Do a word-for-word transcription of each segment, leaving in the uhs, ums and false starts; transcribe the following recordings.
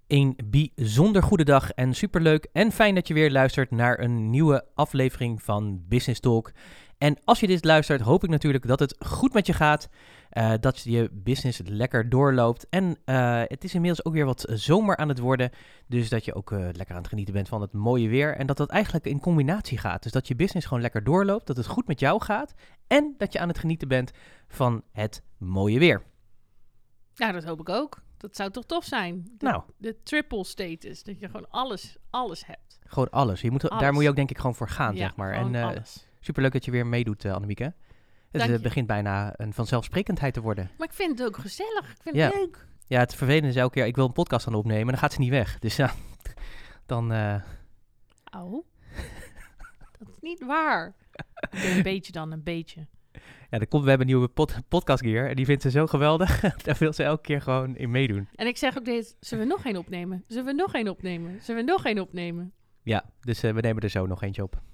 Een bijzonder goede dag en superleuk en fijn dat je weer luistert naar een nieuwe aflevering van Business Talk. En als je dit luistert, hoop ik natuurlijk dat het goed met je gaat, uh, dat je business lekker doorloopt. En uh, het is inmiddels ook weer wat zomer aan het worden, dus dat je ook uh, lekker aan het genieten bent van het mooie weer. En dat dat eigenlijk in combinatie gaat, dus dat je business gewoon lekker doorloopt, dat het goed met jou gaat en dat je aan het genieten bent van het mooie weer. Ja, dat hoop ik ook. Dat zou toch tof zijn? De, nou. de triple status, dat je gewoon alles, alles hebt. Gewoon alles. Je moet, alles. Daar moet je ook denk ik gewoon voor gaan, ja, zeg maar. En uh, superleuk dat je weer meedoet, uh, Annemieke. Het uh, begint bijna een vanzelfsprekendheid te worden. Maar ik vind het ook gezellig. Ik vind ja. het leuk. Ja, het vervelende is elke keer, ik wil een podcast aan opnemen, dan gaat ze niet weg. Dus ja, dan... Uh... Oh, dat is niet waar. Een beetje dan, een beetje. Ja, er komt, we hebben een nieuwe pod, podcast gear en die vindt ze zo geweldig. Daar wil ze elke keer gewoon in meedoen. En ik zeg ook deze, zullen we nog één opnemen? Zullen we nog één opnemen? Zullen we nog één opnemen? Ja, dus uh, we nemen er zo nog eentje op.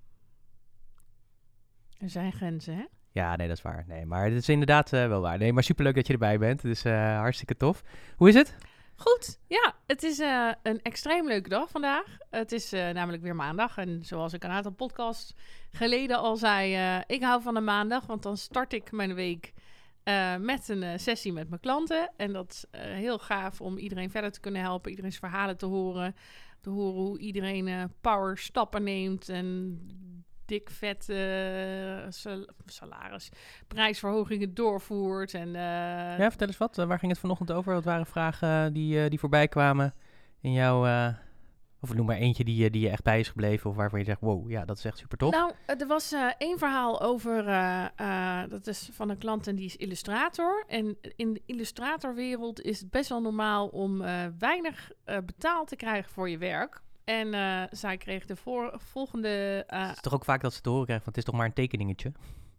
Er zijn grenzen, hè? Ja, nee, dat is waar. Nee, maar het is inderdaad uh, wel waar. Nee, maar superleuk dat je erbij bent. Dus uh, hartstikke tof. Hoe is het? Goed, ja. Het is uh, een extreem leuke dag vandaag. Het is uh, namelijk weer maandag. En zoals ik een aantal podcasts geleden al zei, uh, ik hou van een maandag. Want dan start ik mijn week uh, met een uh, sessie met mijn klanten. En dat is uh, heel gaaf om iedereen verder te kunnen helpen. Iedereen's verhalen te horen. Te horen hoe iedereen uh, power stappen neemt en... dik vet uh, sal- salaris, prijsverhogingen doorvoert. En, uh, ja, vertel eens wat. Uh, waar ging het vanochtend over? Wat waren vragen die, uh, die voorbij kwamen in jouw... Uh, of noem maar eentje die, die je echt bij is gebleven of waarvan je zegt, wow, ja, dat is echt super tof. Nou, er was uh, één verhaal over, uh, uh, dat is van een klant en die is illustrator. En in de illustratorwereld is het best wel normaal om uh, weinig uh, betaald te krijgen voor je werk. En uh, zij kreeg de voor, volgende... Uh, het is toch ook vaak dat ze te horen krijgen, want het is toch maar een tekeningetje?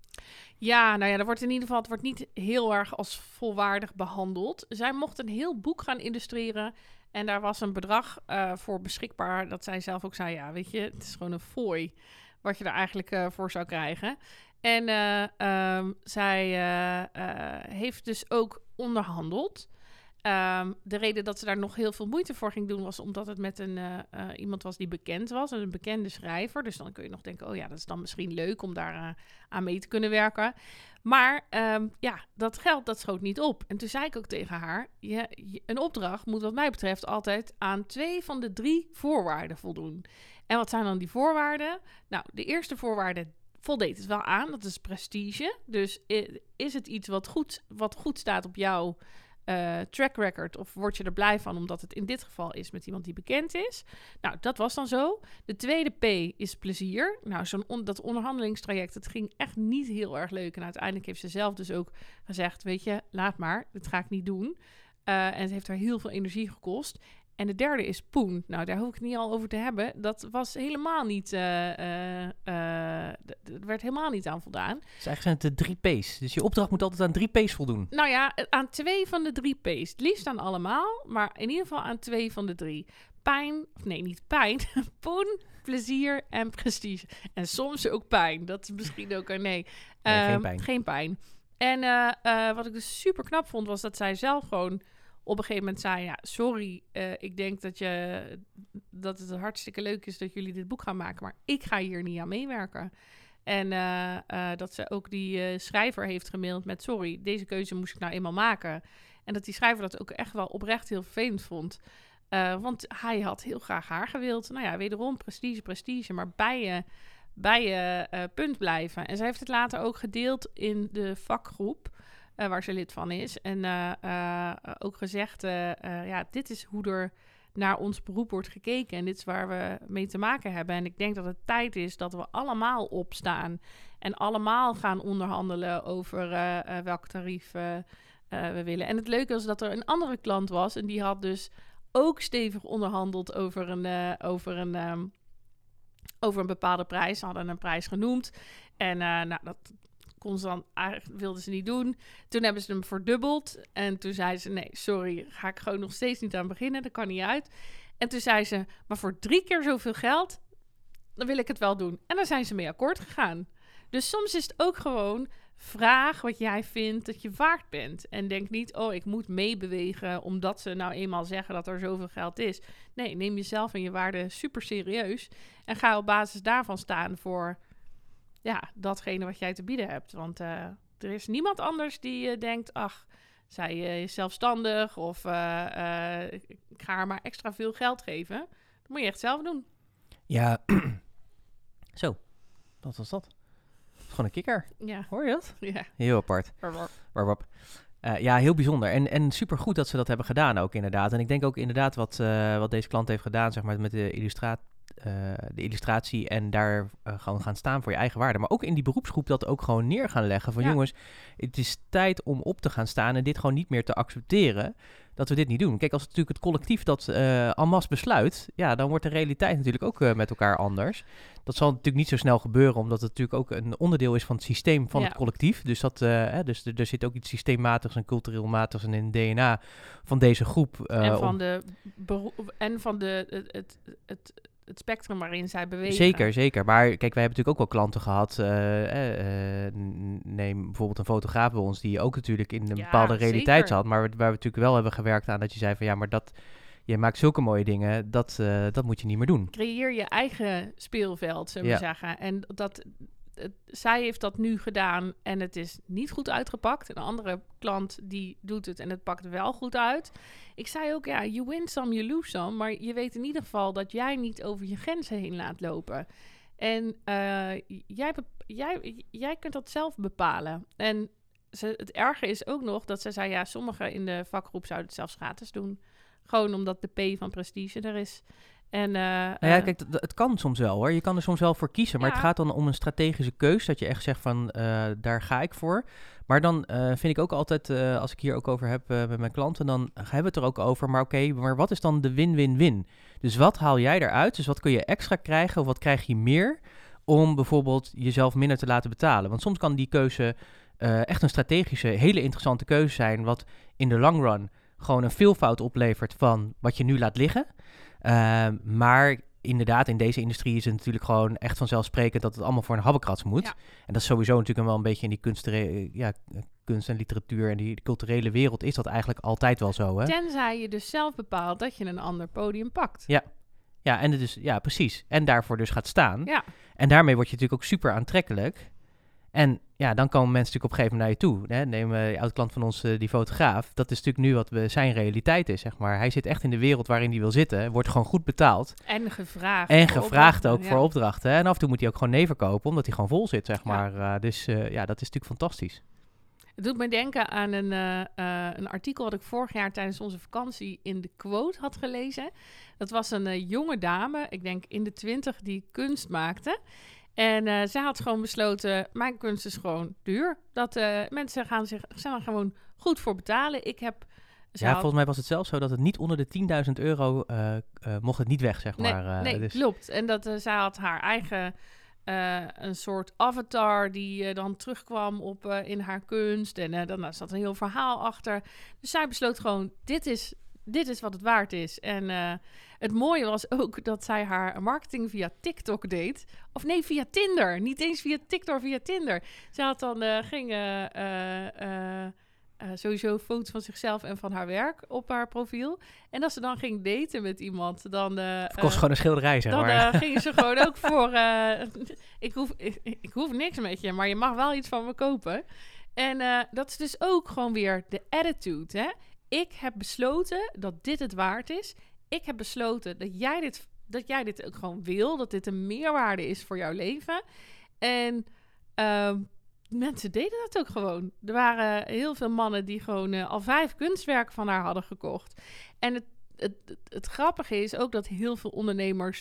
Ja, nou ja, dat wordt in ieder geval... Het wordt niet heel erg als volwaardig behandeld. Zij mocht een heel boek gaan illustreren. En daar was een bedrag uh, voor beschikbaar. Dat zij zelf ook zei, ja, weet je, het is gewoon een fooi. Wat je er eigenlijk uh, voor zou krijgen. En uh, um, zij uh, uh, heeft dus ook onderhandeld. Um, de reden dat ze daar nog heel veel moeite voor ging doen... was omdat het met een uh, uh, iemand was die bekend was. Een bekende schrijver. Dus dan kun je nog denken... oh ja, dat is dan misschien leuk om daar uh, aan mee te kunnen werken. Maar um, ja, dat geld dat schoot niet op. En toen zei ik ook tegen haar... Je, je, een opdracht moet wat mij betreft altijd... aan twee van de drie voorwaarden voldoen. En wat zijn dan die voorwaarden? Nou, de eerste voorwaarde... voldeed het wel aan. Dat is prestige. Dus is het iets wat goed, wat goed staat op jouw... Uh, track record of word je er blij van omdat het in dit geval is met iemand die bekend is. Nou, dat was dan zo. De tweede P is plezier. Nou, zo'n on- dat onderhandelingstraject, het ging echt niet heel erg leuk. En uiteindelijk heeft ze zelf dus ook gezegd, weet je, laat maar, dit ga ik niet doen. Uh, en het heeft haar heel veel energie gekost. En de derde is poen. Nou, daar hoef ik het niet al over te hebben. Dat was helemaal niet... Uh, uh, uh, d- d- werd helemaal niet aan voldaan. Dus eigenlijk zijn het de drie P's. Dus je opdracht moet altijd aan drie P's voldoen. Nou ja, aan twee van de drie P's. Het liefst aan allemaal, maar in ieder geval aan twee van de drie. Pijn, of nee, niet pijn. Poen, plezier en prestige. En soms ook pijn. Dat is misschien ook een nee. nee um, geen pijn. Geen pijn. En uh, uh, wat ik dus super knap vond, was dat zij zelf gewoon... op een gegeven moment zei, ja, sorry, uh, ik denk dat, je, dat het hartstikke leuk is dat jullie dit boek gaan maken, maar ik ga hier niet aan meewerken. En uh, uh, dat ze ook die uh, schrijver heeft gemaild met, sorry, deze keuze moest ik nou eenmaal maken. En dat die schrijver dat ook echt wel oprecht heel vervelend vond. Uh, want hij had heel graag haar gewild. Nou ja, wederom prestige, prestige, maar bij je, bij je uh, punt blijven. En zij heeft het later ook gedeeld in de vakgroep. Uh, waar ze lid van is. En uh, uh, ook gezegd, uh, uh, ja, dit is hoe er naar ons beroep wordt gekeken. En dit is waar we mee te maken hebben. En ik denk dat het tijd is dat we allemaal opstaan. En allemaal gaan onderhandelen over uh, uh, welk tarief uh, uh, we willen. En het leuke was dat er een andere klant was. En die had dus ook stevig onderhandeld over een, uh, over een, um, over een bepaalde prijs. Ze hadden een prijs genoemd. En uh, nou, dat... kon ze dan, eigenlijk wilden ze niet doen. Toen hebben ze hem verdubbeld. En toen zei ze, nee, sorry, ga ik gewoon nog steeds niet aan beginnen. Dat kan niet uit. En toen zei ze, maar voor drie keer zoveel geld, dan wil ik het wel doen. En daar zijn ze mee akkoord gegaan. Dus soms is het ook gewoon vraag wat jij vindt dat je waard bent. En denk niet, oh, ik moet meebewegen omdat ze nou eenmaal zeggen dat er zoveel geld is. Nee, neem jezelf en je waarde super serieus. En ga op basis daarvan staan voor ja, datgene wat jij te bieden hebt. Want uh, er is niemand anders die uh, denkt, ach, zij uh, is zelfstandig of uh, uh, ik ga haar maar extra veel geld geven. Dat moet je echt zelf doen. Ja, zo, wat was dat? Gewoon een kikker. Ja. Hoor je dat? Ja. Heel apart. Warwap. Uh, ja, heel bijzonder. En, en supergoed dat ze dat hebben gedaan ook inderdaad. En ik denk ook inderdaad wat, uh, wat deze klant heeft gedaan, zeg maar, met de, illustra- uh, de illustratie en daar uh, gewoon gaan staan voor je eigen waarde. Maar ook in die beroepsgroep dat ook gewoon neer gaan leggen van ja. jongens, het is tijd om op te gaan staan en dit gewoon niet meer te accepteren dat we dit niet doen. Kijk, als het natuurlijk het collectief dat uh, en masse besluit, ja, dan wordt de realiteit natuurlijk ook uh, met elkaar anders. Dat zal natuurlijk niet zo snel gebeuren, omdat het natuurlijk ook een onderdeel is van het systeem van ja. het collectief. Dus, dat, uh, hè, dus er, er zit ook iets systeemmatigs en cultureel matigs in het D N A van deze groep. Uh, en, van om... de bero- en van de, het, het, het, het spectrum waarin zij bewegen. Zeker, zeker. Maar kijk, wij hebben natuurlijk ook wel klanten gehad. Uh, uh, neem bijvoorbeeld een fotograaf bij ons die ook natuurlijk in een ja, bepaalde realiteit zeker. zat. Maar waar we natuurlijk wel hebben gewerkt aan dat je zei van ja, maar dat... Je maakt zulke mooie dingen, dat, uh, dat moet je niet meer doen. Creëer je eigen speelveld, zullen we ja. zeggen. En dat, het, zij heeft dat nu gedaan en het is niet goed uitgepakt. Een andere klant die doet het en het pakt wel goed uit. Ik zei ook, ja, you win some, you lose some. Maar je weet in ieder geval dat jij niet over je grenzen heen laat lopen. En uh, jij, jij, jij kunt dat zelf bepalen. En ze, het erge is ook nog dat ze zei, ja, sommigen in de vakgroep zouden het zelfs gratis doen. Gewoon omdat de P van prestige er is. En, uh, nou ja, kijk, d- het kan soms wel hoor. Je kan er soms wel voor kiezen. Maar ja. het gaat dan om een strategische keus. Dat je echt zegt van, uh, daar ga ik voor. Maar dan uh, vind ik ook altijd, uh, als ik hier ook over heb uh, met mijn klanten, dan hebben we het er ook over. Maar oké, okay, maar wat is dan de win-win-win? Dus wat haal jij eruit? Dus wat kun je extra krijgen of wat krijg je meer om bijvoorbeeld jezelf minder te laten betalen? Want soms kan die keuze uh, echt een strategische, hele interessante keuze zijn. Wat in de long run gewoon een veelvoud oplevert van wat je nu laat liggen. Uh, maar inderdaad, in deze industrie is het natuurlijk gewoon echt vanzelfsprekend dat het allemaal voor een habbekrats moet. Ja. En dat is sowieso natuurlijk wel een beetje in die kunstere, ja, kunst en literatuur en die culturele wereld is dat eigenlijk altijd wel zo. Hè? Tenzij je dus zelf bepaalt dat je een ander podium pakt. Ja, ja, en het is, ja, precies. En daarvoor dus gaat staan. Ja. En daarmee word je natuurlijk ook super aantrekkelijk. En ja, dan komen mensen natuurlijk op een gegeven moment naar je toe. Hè? Neem uh, die oud-klant van ons, uh, die fotograaf. Dat is natuurlijk nu wat we, zijn realiteit is, zeg maar. Hij zit echt in de wereld waarin hij wil zitten. Wordt gewoon goed betaald. En gevraagd. En gevraagd ook ja. voor opdrachten. Hè? En af en toe moet hij ook gewoon nee verkopen, omdat hij gewoon vol zit, zeg maar. Ja. Uh, dus uh, ja, dat is natuurlijk fantastisch. Het doet mij denken aan een, uh, uh, een artikel wat ik vorig jaar tijdens onze vakantie in de Quote had gelezen. Dat was een uh, jonge dame, ik denk in de twintig, die kunst maakte. En uh, zij had gewoon besloten, mijn kunst is gewoon duur. Dat uh, mensen gaan zich gaan gewoon goed voor betalen. Ik heb... Ja, had... volgens mij was het zelfs zo dat het niet onder de tienduizend euro uh, uh, mocht het niet weg, zeg maar. Nee, uh, nee dus... klopt. En dat uh, zij had haar eigen... Uh, een soort avatar die uh, dan terugkwam op, uh, in haar kunst. En uh, dan zat een heel verhaal achter. Dus zij besloot gewoon, dit is, dit is wat het waard is. En uh, het mooie was ook dat zij haar marketing via TikTok deed. Of nee, via Tinder. Niet eens via TikTok, via Tinder. Ze had dan, uh, ging... Uh, uh, Uh, sowieso foto's van zichzelf en van haar werk op haar profiel. En als ze dan ging daten met iemand, dan... Uh, het kost uh, gewoon een schilderij, zeg dan, maar. Dan uh, gingen ze gewoon ook voor... Uh, ik, hoef, ik, ik hoef niks met je, maar je mag wel iets van me kopen. En uh, dat is dus ook gewoon weer de attitude, hè. Ik heb besloten dat dit het waard is. Ik heb besloten dat jij dit, dat jij dit ook gewoon wil. Dat dit een meerwaarde is voor jouw leven. En... Uh, mensen deden dat ook gewoon. Er waren heel veel mannen die gewoon uh, al vijf kunstwerken van haar hadden gekocht. En het, het, het, het grappige is ook dat heel veel ondernemers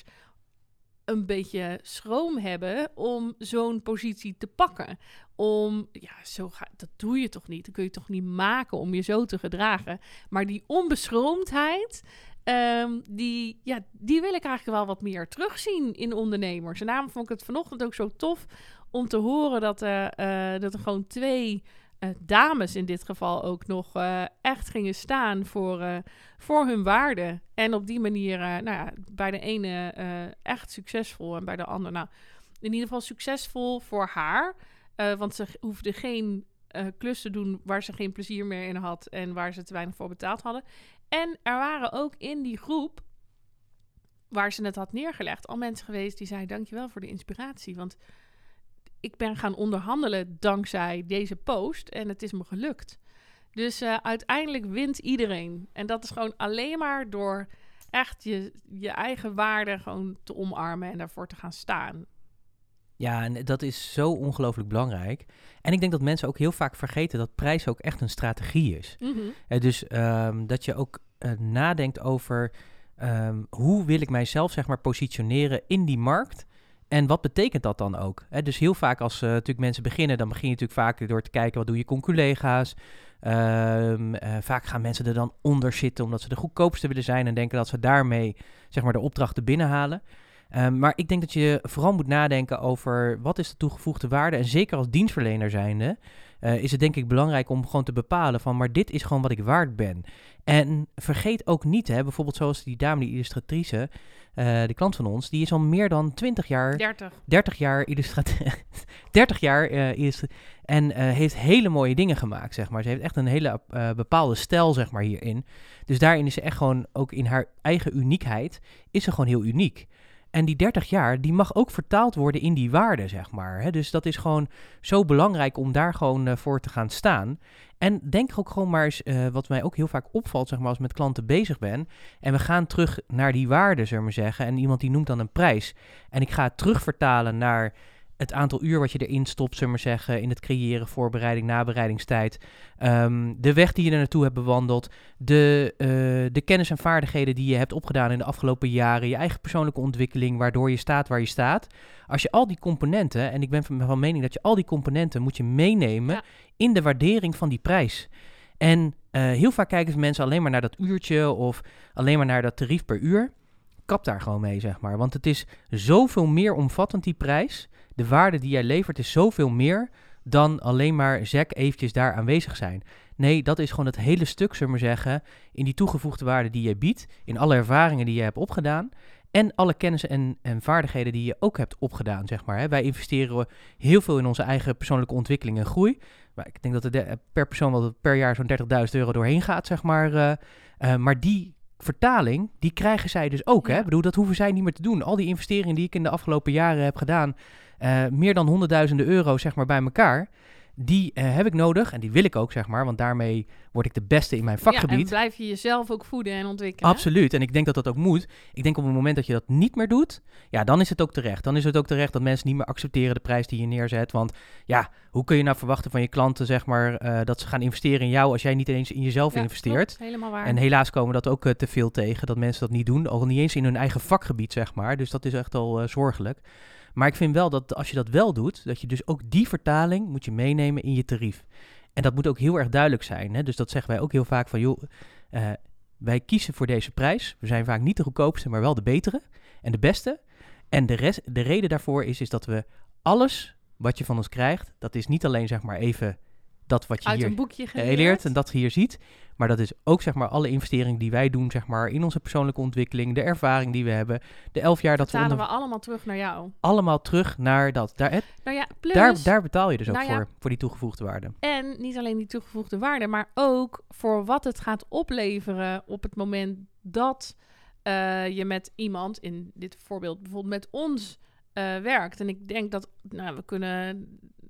een beetje schroom hebben om zo'n positie te pakken. Om, ja, zo ga, dat doe je toch niet? Dat kun je toch niet maken om je zo te gedragen? Maar die onbeschroomdheid... Um, die, ja, die wil ik eigenlijk wel wat meer terugzien in ondernemers. En daarom vond ik het vanochtend ook zo tof om te horen dat, uh, uh, dat er gewoon twee uh, dames in dit geval ook nog uh, echt gingen staan voor, uh, voor hun waarde. En op die manier, uh, nou ja, bij de ene uh, echt succesvol en bij de ander, nou, in ieder geval succesvol voor haar. Uh, want ze hoefden geen uh, klus te doen waar ze geen plezier meer in had en waar ze te weinig voor betaald hadden. En er waren ook in die groep, waar ze het had neergelegd, al mensen geweest die zeiden, dankjewel voor de inspiratie. Want ik ben gaan onderhandelen dankzij deze post en het is me gelukt. Dus uh, uiteindelijk wint iedereen. En dat is gewoon alleen maar door echt je, je eigen waarde gewoon te omarmen en daarvoor te gaan staan. Ja, en dat is zo ongelooflijk belangrijk. En ik denk dat mensen ook heel vaak vergeten dat prijs ook echt een strategie is. Mm-hmm. Uh, dus um, dat je ook uh, nadenkt over um, hoe wil ik mijzelf zeg maar positioneren in die markt. En wat betekent dat dan ook? Hè, dus heel vaak als uh, natuurlijk mensen beginnen, dan begin je natuurlijk vaak door te kijken wat doen je conculega's. Um, uh, vaak gaan mensen er dan onder zitten omdat ze de goedkoopste willen zijn en denken dat ze daarmee zeg maar de opdrachten binnenhalen. Um, maar ik denk dat je vooral moet nadenken over wat is de toegevoegde waarde. En zeker als dienstverlener zijnde uh, is het denk ik belangrijk om gewoon te bepalen van maar dit is gewoon wat ik waard ben. En vergeet ook niet, hè, bijvoorbeeld zoals die dame, die illustratrice, uh, de klant van ons, die is al meer dan twintig jaar, dertig, dertig jaar illustratrice, dertig jaar uh, illustra- en uh, heeft hele mooie dingen gemaakt, zeg maar. Ze heeft echt een hele uh, bepaalde stijl, zeg maar, hierin. Dus daarin is ze echt gewoon, ook in haar eigen uniekheid, is ze gewoon heel uniek. En die dertig jaar, die mag ook vertaald worden in die waarde, zeg maar. Hè? Dus dat is gewoon zo belangrijk om daar gewoon uh, voor te gaan staan. En denk ook gewoon maar eens, uh, wat mij ook heel vaak opvalt, zeg maar, als ik met klanten bezig ben. En we gaan terug naar die waarde, zullen we maar zeggen. En iemand die noemt dan een prijs. En ik ga het terugvertalen naar het aantal uur wat je erin stopt, zullen we maar zeggen, in het creëren, voorbereiding, nabereidingstijd. Um, de weg die je er naartoe hebt bewandeld. De, uh, de kennis en vaardigheden die je hebt opgedaan in de afgelopen jaren. Je eigen persoonlijke ontwikkeling, waardoor je staat waar je staat. Als je al die componenten, en ik ben van, van mening dat je al die componenten moet je meenemen ja. in de waardering van die prijs. En uh, heel vaak kijken mensen alleen maar naar dat uurtje of alleen maar naar dat tarief per uur. Kap daar gewoon mee, zeg maar. Want het is zoveel meer omvattend, die prijs. De waarde die jij levert is zoveel meer dan alleen maar zek eventjes daar aanwezig zijn. Nee, dat is gewoon het hele stuk, zullen we maar zeggen, in die toegevoegde waarde die je biedt, in alle ervaringen die je hebt opgedaan en alle kennis en, en vaardigheden die je ook hebt opgedaan, zeg maar. Hè. Wij investeren heel veel in onze eigen persoonlijke ontwikkeling en groei. Maar ik denk dat er de, per persoon wel per jaar zo'n dertigduizend euro doorheen gaat, zeg maar. Uh, uh, maar die vertaling, die krijgen zij dus ook. Ja. Hè? Ik bedoel, dat hoeven zij niet meer te doen. Al die investeringen die ik in de afgelopen jaren heb gedaan, Uh, meer dan honderdduizenden euro, zeg maar, bij elkaar. Die uh, heb ik nodig en die wil ik ook, zeg maar. Want daarmee word ik de beste in mijn vakgebied. Ja, en blijf je jezelf ook voeden en ontwikkelen. Absoluut. En ik denk dat dat ook moet. Ik denk op het moment dat je dat niet meer doet, ja, dan is het ook terecht. Dan is het ook terecht dat mensen niet meer accepteren de prijs die je neerzet. Want ja, hoe kun je nou verwachten van je klanten, zeg maar, uh, dat ze gaan investeren in jou als jij niet eens in jezelf ja, investeert? Klopt, helemaal waar. En helaas komen we dat ook uh, te veel tegen, dat mensen dat niet doen. Al niet eens in hun eigen vakgebied, zeg maar. Dus dat is echt al uh, zorgelijk. Maar ik vind wel dat als je dat wel doet, dat je dus ook die vertaling moet je meenemen in je tarief. En dat moet ook heel erg duidelijk zijn. Hè? Dus dat zeggen wij ook heel vaak van, joh, uh, wij kiezen voor deze prijs. We zijn vaak niet de goedkoopste, maar wel de betere en de beste. En de, rest, de reden daarvoor is, is dat we alles wat je van ons krijgt, dat is niet alleen zeg maar even dat wat je uit hier een boekje geleerd. leert en dat je hier ziet. Maar dat is ook zeg maar alle investeringen die wij doen, zeg maar, in onze persoonlijke ontwikkeling, de ervaring die we hebben, de elf jaar dat we onder... we allemaal terug naar jou. Allemaal terug naar dat. Daar, het, nou ja, plus, daar, daar betaal je dus ook nou ja, voor, voor die toegevoegde waarde. En niet alleen die toegevoegde waarde, maar ook voor wat het gaat opleveren op het moment dat uh, je met iemand, in dit voorbeeld bijvoorbeeld met ons, uh, werkt. En ik denk dat, nou, we kunnen...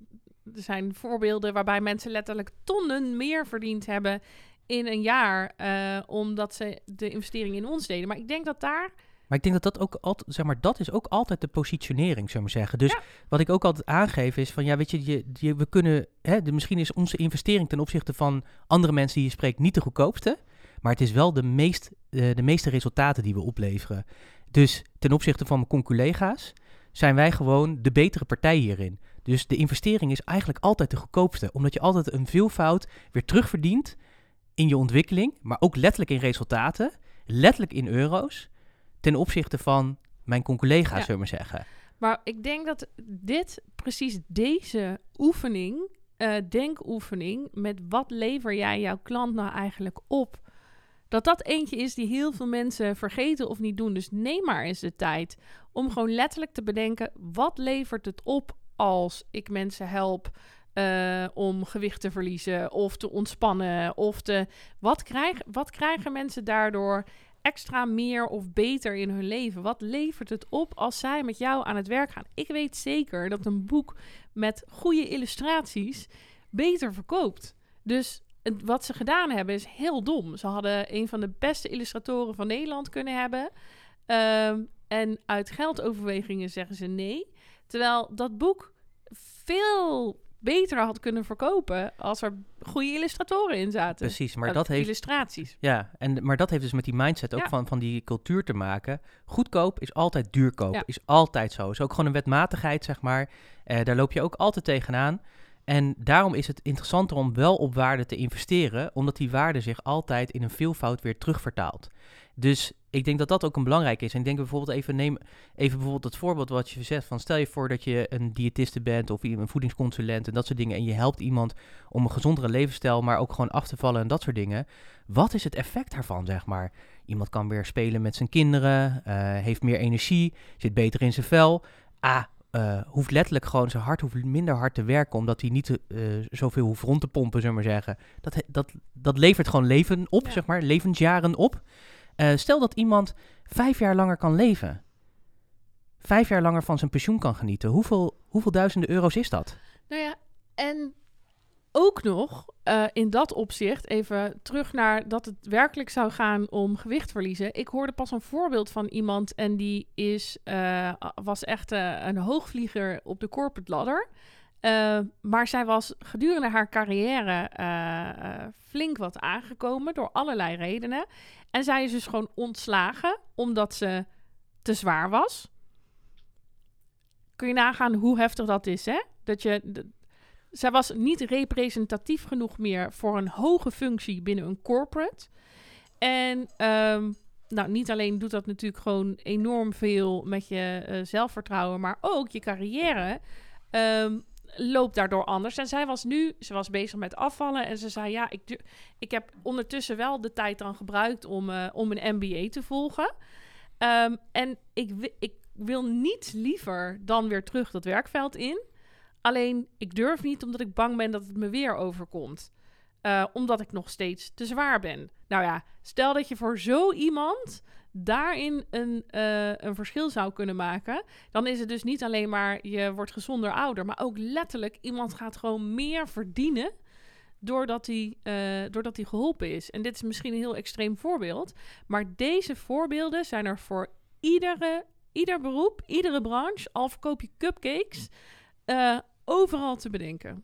Er zijn voorbeelden waarbij mensen letterlijk tonnen meer verdiend hebben in een jaar, uh, omdat ze de investering in ons deden. Maar ik denk dat daar... Maar ik denk dat dat ook altijd, zeg maar, dat is ook altijd de positionering, zullen we zeggen. Dus ja. wat ik ook altijd aangeef is van, ja, weet je, je, je we kunnen, hè, de, misschien is onze investering ten opzichte van andere mensen die je spreekt niet de goedkoopste, maar het is wel de, meest, uh, de meeste resultaten die we opleveren. Dus ten opzichte van mijn conculega's zijn wij gewoon de betere partij hierin. Dus de investering is eigenlijk altijd de goedkoopste, omdat je altijd een veelvoud weer terugverdient in je ontwikkeling, maar ook letterlijk in resultaten, letterlijk in euro's, ten opzichte van mijn conculega's, ja. zullen we maar zeggen. Maar ik denk dat dit, precies deze oefening, uh, denkoefening, met wat lever jij jouw klant nou eigenlijk op, dat dat eentje is die heel veel mensen vergeten of niet doen. Dus neem maar eens de tijd om gewoon letterlijk te bedenken, wat levert het op als ik mensen help uh, om gewicht te verliezen of te ontspannen. Of te, wat, krijg, wat krijgen mensen daardoor extra meer of beter in hun leven? Wat levert het op als zij met jou aan het werk gaan? Ik weet zeker dat een boek met goede illustraties beter verkoopt. Dus wat ze gedaan hebben is heel dom. Ze hadden een van de beste illustratoren van Nederland kunnen hebben. Um, en uit geldoverwegingen zeggen ze nee. Terwijl dat boek veel beter had kunnen verkopen als er goede illustratoren in zaten. Precies, maar uh, dat heeft... Illustraties. Ja, en, maar dat heeft dus met die mindset ook ja. van, van die cultuur te maken. Goedkoop is altijd duurkoop. Ja. Is altijd zo. Is ook gewoon een wetmatigheid, zeg maar. Uh, daar loop je ook altijd tegenaan. En daarom is het interessanter om wel op waarde te investeren, omdat die waarde zich altijd in een veelvoud weer terugvertaalt. Dus ik denk dat dat ook een belangrijk is. En ik denk bijvoorbeeld even, neem even bijvoorbeeld het voorbeeld wat je zegt van stel je voor dat je een diëtiste bent of een voedingsconsulent en dat soort dingen en je helpt iemand om een gezondere levensstijl, maar ook gewoon af te vallen en dat soort dingen. Wat is het effect daarvan, zeg maar? Iemand kan weer spelen met zijn kinderen, uh, heeft meer energie, zit beter in zijn vel. Ah, Uh, hoeft letterlijk gewoon, zijn hart hoeft minder hard te werken, omdat hij niet uh, zoveel hoeft rond te pompen, zullen we maar zeggen. Dat, dat, dat levert gewoon leven op, ja. zeg maar, levensjaren op. Uh, stel dat iemand vijf jaar langer kan leven. Vijf jaar langer van zijn pensioen kan genieten. Hoeveel, hoeveel duizenden euro's is dat? Nou ja, en ook nog uh, in dat opzicht, even terug naar dat het werkelijk zou gaan om gewicht verliezen. Ik hoorde pas een voorbeeld van iemand en die is, uh, was echt uh, een hoogvlieger op de corporate ladder. Uh, maar zij was gedurende haar carrière uh, uh, flink wat aangekomen door allerlei redenen. En zij is dus gewoon ontslagen omdat ze te zwaar was. Kun je nagaan hoe heftig dat is, hè? Dat je... De, Zij was niet representatief genoeg meer voor een hoge functie binnen een corporate. En um, nou, niet alleen doet dat natuurlijk gewoon enorm veel met je uh, zelfvertrouwen, maar ook je carrière um, loopt daardoor anders. En zij was nu, ze was bezig met afvallen en ze zei, ja, ik, ik heb ondertussen wel de tijd dan gebruikt om, uh, om een M B A te volgen. Um, en ik, ik wil niets liever dan weer terug dat werkveld in. Alleen, ik durf niet omdat ik bang ben dat het me weer overkomt. Uh, omdat ik nog steeds te zwaar ben. Nou ja, stel dat je voor zo iemand daarin een, uh, een verschil zou kunnen maken. Dan is het dus niet alleen maar je wordt gezonder ouder. Maar ook letterlijk iemand gaat gewoon meer verdienen doordat hij, uh, doordat hij geholpen is. En dit is misschien een heel extreem voorbeeld. Maar deze voorbeelden zijn er voor iedere, ieder beroep, iedere branche. Al verkoop je cupcakes... Uh, overal te bedenken.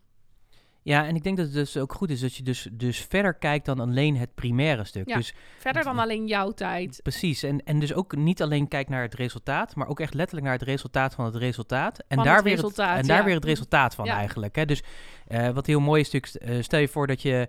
Ja, en ik denk dat het dus ook goed is dat je dus, dus verder kijkt dan alleen het primaire stuk. Ja, dus, verder dan alleen jouw tijd. Precies, en, en dus ook niet alleen kijkt naar het resultaat, maar ook echt letterlijk naar het resultaat van het resultaat. En, van daar, het weer resultaat, het, en ja. daar weer het resultaat van ja. eigenlijk. Hè? Dus uh, wat heel mooi is natuurlijk, uh, stel je voor dat je,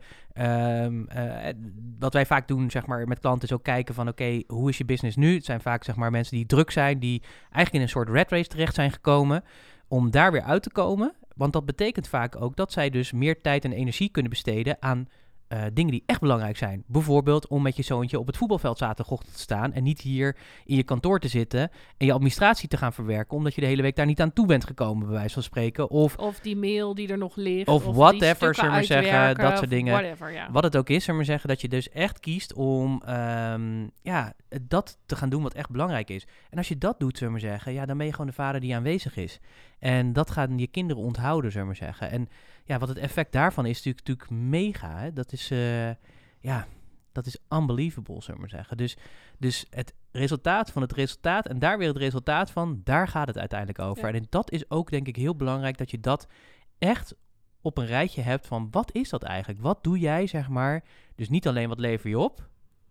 um, uh, wat wij vaak doen zeg maar met klanten is ook kijken van oké, okay, hoe is je business nu? Het zijn vaak zeg maar mensen die druk zijn, die eigenlijk in een soort rat race terecht zijn gekomen, om daar weer uit te komen. Want dat betekent vaak ook dat zij dus meer tijd en energie kunnen besteden aan uh, dingen die echt belangrijk zijn. Bijvoorbeeld om met je zoontje op het voetbalveld zaterdagochtend te staan en niet hier in je kantoor te zitten en je administratie te gaan verwerken, omdat je de hele week daar niet aan toe bent gekomen, bij wijze van spreken. Of, of die mail die er nog ligt. Of, of whatever, zullen we zeggen, dat soort dingen. Whatever, ja. Wat het ook is, zullen we zeggen, dat je dus echt kiest om um, ja, dat te gaan doen wat echt belangrijk is. En als je dat doet, zullen we zeggen, ja, dan ben je gewoon de vader die aanwezig is. En dat gaan je kinderen onthouden, zullen we zeggen. En ja, wat het effect daarvan is, natuurlijk, natuurlijk mega. Hè? Dat is, uh, ja, dat is unbelievable, zullen we zeggen. Dus, dus het resultaat van het resultaat en daar weer het resultaat van, daar gaat het uiteindelijk over. Ja. En dat is ook, denk ik, heel belangrijk dat je dat echt op een rijtje hebt van, wat is dat eigenlijk? Wat doe jij, zeg maar? Dus niet alleen wat lever je op,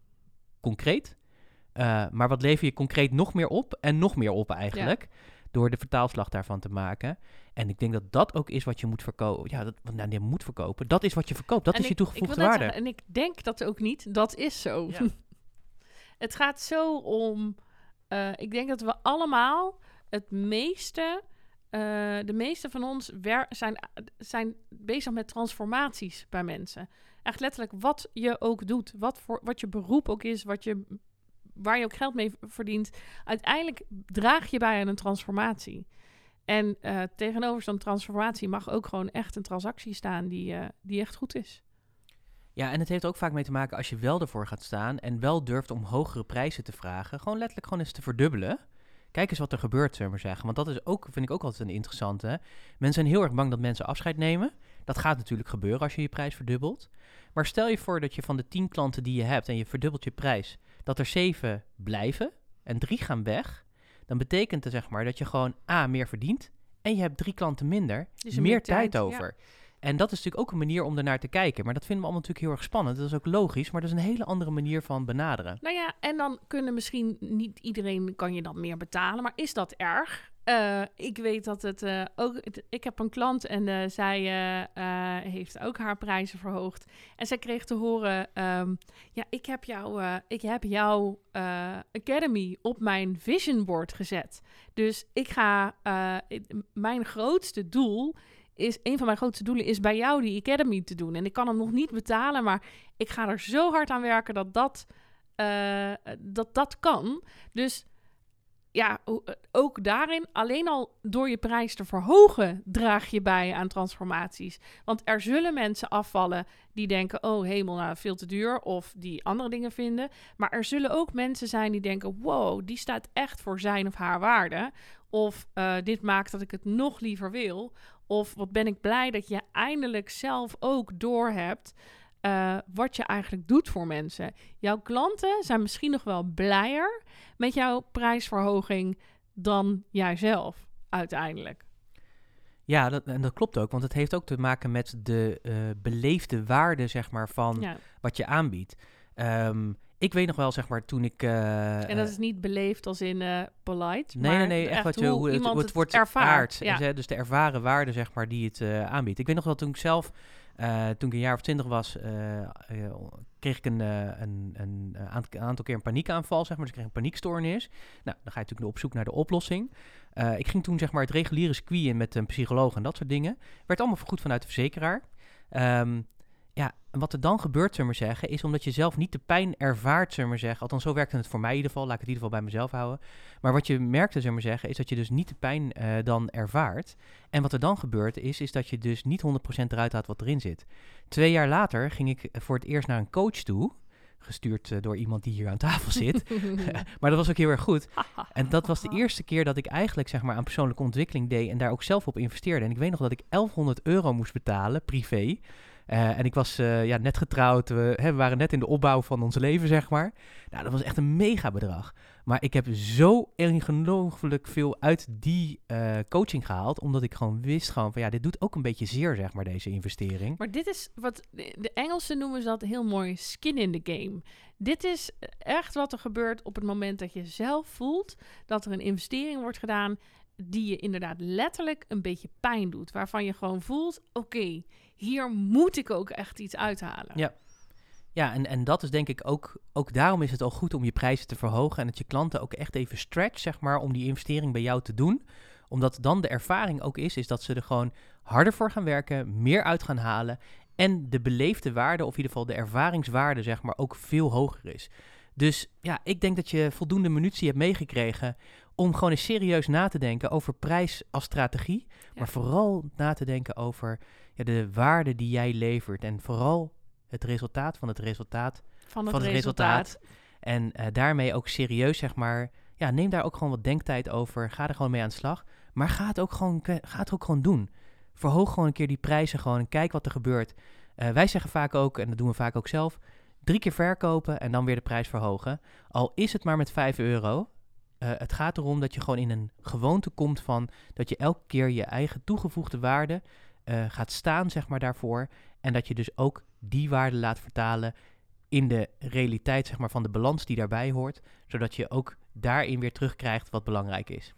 concreet, uh, maar wat lever je concreet nog meer op en nog meer op eigenlijk. Ja. Door de vertaalslag daarvan te maken. En ik denk dat dat ook is wat je moet verkopen. Ja, dat, nou, je moet verkopen. Dat is wat je verkoopt. Dat en is ik, je toegevoegde waarde. Zeggen, en ik denk dat ook niet. Dat is zo. Ja. Het gaat zo om... Uh, ik denk dat we allemaal het meeste... Uh, de meeste van ons wer- zijn, zijn bezig met transformaties bij mensen. Echt letterlijk wat je ook doet. Wat, voor, wat je beroep ook is. Wat je... waar je ook geld mee verdient, uiteindelijk draag je bij aan een transformatie. En uh, tegenover zo'n transformatie mag ook gewoon echt een transactie staan die, uh, die echt goed is. Ja, en het heeft ook vaak mee te maken als je wel ervoor gaat staan en wel durft om hogere prijzen te vragen, gewoon letterlijk gewoon eens te verdubbelen. Kijk eens wat er gebeurt, zullen we maar zeggen. Want dat is ook, vind ik ook altijd een interessante. Hè? Mensen zijn heel erg bang dat mensen afscheid nemen. Dat gaat natuurlijk gebeuren als je je prijs verdubbelt. Maar stel je voor dat je van de tien klanten die je hebt en je verdubbelt je prijs, dat er zeven blijven en drie gaan weg. Dan betekent het zeg maar dat je gewoon A, meer verdient en je hebt drie klanten minder, dus meer, meer tijd, tijd over. Ja. En dat is natuurlijk ook een manier om ernaar te kijken. Maar dat vinden we allemaal natuurlijk heel erg spannend. Dat is ook logisch, maar dat is een hele andere manier van benaderen. Nou ja, en dan kunnen misschien niet iedereen kan je dan meer betalen. Maar is dat erg? Uh, ik weet dat het uh, ook... Het, ik heb een klant en uh, zij uh, uh, heeft ook haar prijzen verhoogd. En zij kreeg te horen... Um, ja, ik heb, jou, uh, ik heb jouw uh, Academy op mijn vision board gezet. Dus ik ga... Uh, it, mijn grootste doel... is een van mijn grootste doelen is bij jou die Academy te doen. En ik kan hem nog niet betalen, maar ik ga er zo hard aan werken dat dat, uh, dat, dat kan. Dus ja, ook daarin, alleen al door je prijs te verhogen, draag je bij aan transformaties. Want er zullen mensen afvallen die denken, oh hemel, nou veel te duur, of die andere dingen vinden. Maar er zullen ook mensen zijn die denken, wow, die staat echt voor zijn of haar waarde. Of uh, dit maakt dat ik het nog liever wil. Of wat ben ik blij dat je eindelijk zelf ook doorhebt uh, wat je eigenlijk doet voor mensen. Jouw klanten zijn misschien nog wel blijer met jouw prijsverhoging dan jijzelf uiteindelijk. Ja, dat, en dat klopt ook, want het heeft ook te maken met de uh, beleefde waarde, zeg maar, van ja. wat je aanbiedt. Um, Ik weet nog wel, zeg maar, toen ik... Uh, en dat is niet beleefd als in uh, polite, nee, maar nee, nee, echt, echt wat je, hoe, hoe het, het, het wordt ervaart. Ja. Dus de ervaren waarde, zeg maar, die het uh, aanbiedt. Ik weet nog wel, toen ik zelf, uh, toen ik een jaar of twintig was, uh, uh, kreeg ik een, uh, een, een, een aantal keer een paniekaanval, zeg maar. Dus ik kreeg een paniekstoornis. Nou, dan ga je natuurlijk op zoek naar de oplossing. Uh, ik ging toen, zeg maar, het reguliere circuit in met een psycholoog en dat soort dingen. Werd allemaal vergoed vanuit de verzekeraar. Um, Ja, en wat er dan gebeurt, zullen we maar zeggen, is omdat je zelf niet de pijn ervaart, zullen we maar zeggen. Althans, zo werkte het voor mij in ieder geval. Laat ik het in ieder geval bij mezelf houden. Maar wat je merkte, zullen we maar zeggen, is dat je dus niet de pijn uh, dan ervaart. En wat er dan gebeurt, is, is dat je dus niet honderd procent eruit haalt wat erin zit. Twee jaar later ging ik voor het eerst naar een coach toe. Gestuurd uh, door iemand die hier aan tafel zit. Maar dat was ook heel erg goed. En dat was de eerste keer dat ik eigenlijk, zeg maar, aan persoonlijke ontwikkeling deed en daar ook zelf op investeerde. En ik weet nog dat ik elfhonderd euro moest betalen, privé. Uh, en ik was uh, ja, net getrouwd, we, hè, we waren net in de opbouw van ons leven, zeg maar. Nou, dat was echt een mega bedrag. Maar ik heb zo ongelooflijk veel uit die uh, coaching gehaald, omdat ik gewoon wist gewoon van ja, dit doet ook een beetje zeer, zeg maar, deze investering. Maar dit is wat, de Engelsen noemen ze dat heel mooi, skin in the game. Dit is echt wat er gebeurt op het moment dat je zelf voelt dat er een investering wordt gedaan die je inderdaad letterlijk een beetje pijn doet. Waarvan je gewoon voelt, oké, okay, hier moet ik ook echt iets uithalen. Ja, ja en, en dat is denk ik ook, ook daarom is het al goed om je prijzen te verhogen en dat je klanten ook echt even stretch, zeg maar, om die investering bij jou te doen. Omdat dan de ervaring ook is, is dat ze er gewoon harder voor gaan werken, meer uit gaan halen en de beleefde waarde, of in ieder geval de ervaringswaarde, zeg maar, ook veel hoger is. Dus ja, ik denk dat je voldoende munitie hebt meegekregen om gewoon eens serieus na te denken over prijs als strategie. Ja. Maar vooral na te denken over ja, de waarde die jij levert. En vooral het resultaat van het resultaat van het, van het resultaat. resultaat. En uh, daarmee ook serieus, zeg maar, ja, neem daar ook gewoon wat denktijd over. Ga er gewoon mee aan de slag. Maar ga het ook gewoon, ga het ook gewoon doen. Verhoog gewoon een keer die prijzen gewoon en kijk wat er gebeurt. Uh, wij zeggen vaak ook, en dat doen we vaak ook zelf, drie keer verkopen en dan weer de prijs verhogen. Al is het maar met vijf euro. Uh, het gaat erom dat je gewoon in een gewoonte komt van dat je elke keer je eigen toegevoegde waarde uh, gaat staan, zeg maar, daarvoor. En dat je dus ook die waarde laat vertalen in de realiteit, zeg maar, van de balans die daarbij hoort. Zodat je ook daarin weer terugkrijgt wat belangrijk is.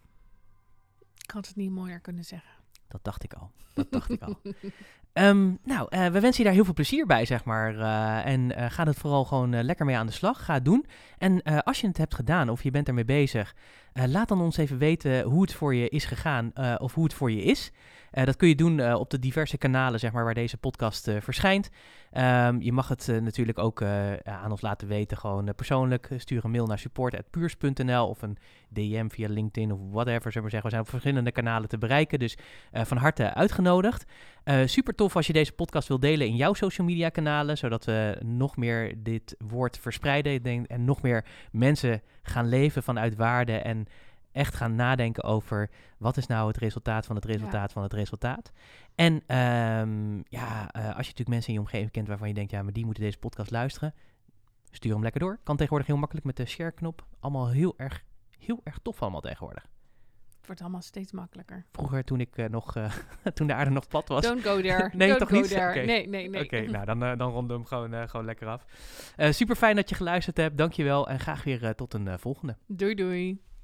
Ik had het niet mooier kunnen zeggen. Dat dacht ik al. Dat dacht ik al. Um, nou, uh, we wensen je daar heel veel plezier bij, zeg maar. Uh, en uh, ga het vooral gewoon uh, lekker mee aan de slag. Ga het doen. En uh, als je het hebt gedaan of je bent ermee bezig, Uh, laat dan ons even weten hoe het voor je is gegaan uh, of hoe het voor je is. Uh, dat kun je doen uh, op de diverse kanalen, zeg maar, waar deze podcast uh, verschijnt. Um, je mag het uh, natuurlijk ook uh, aan ons laten weten, gewoon uh, persoonlijk. Stuur een mail naar support at puurs punt n l of een D M via LinkedIn of whatever, zullen we zeggen. We zijn op verschillende kanalen te bereiken, dus uh, van harte uitgenodigd. Uh, super tof als je deze podcast wil delen in jouw social media kanalen, zodat we nog meer dit woord verspreiden denk, en nog meer mensen gaan leven vanuit waarde en echt gaan nadenken over wat is nou het resultaat van het resultaat ja. van het resultaat. En um, ja, uh, als je natuurlijk mensen in je omgeving kent waarvan je denkt, ja, maar die moeten deze podcast luisteren, stuur hem lekker door. Kan tegenwoordig heel makkelijk met de share-knop. Allemaal heel erg, heel erg tof allemaal tegenwoordig. Het wordt allemaal steeds makkelijker. Vroeger, toen ik uh, nog, uh, toen de aarde nog plat was. Don't go there. nee, Don't toch go niet? There. Okay. Nee, nee, nee. Oké, okay, nou dan, uh, dan ronden we hem gewoon, uh, gewoon lekker af. Uh, super fijn dat je geluisterd hebt. Dankjewel en graag weer uh, tot een uh, volgende. Doei, doei.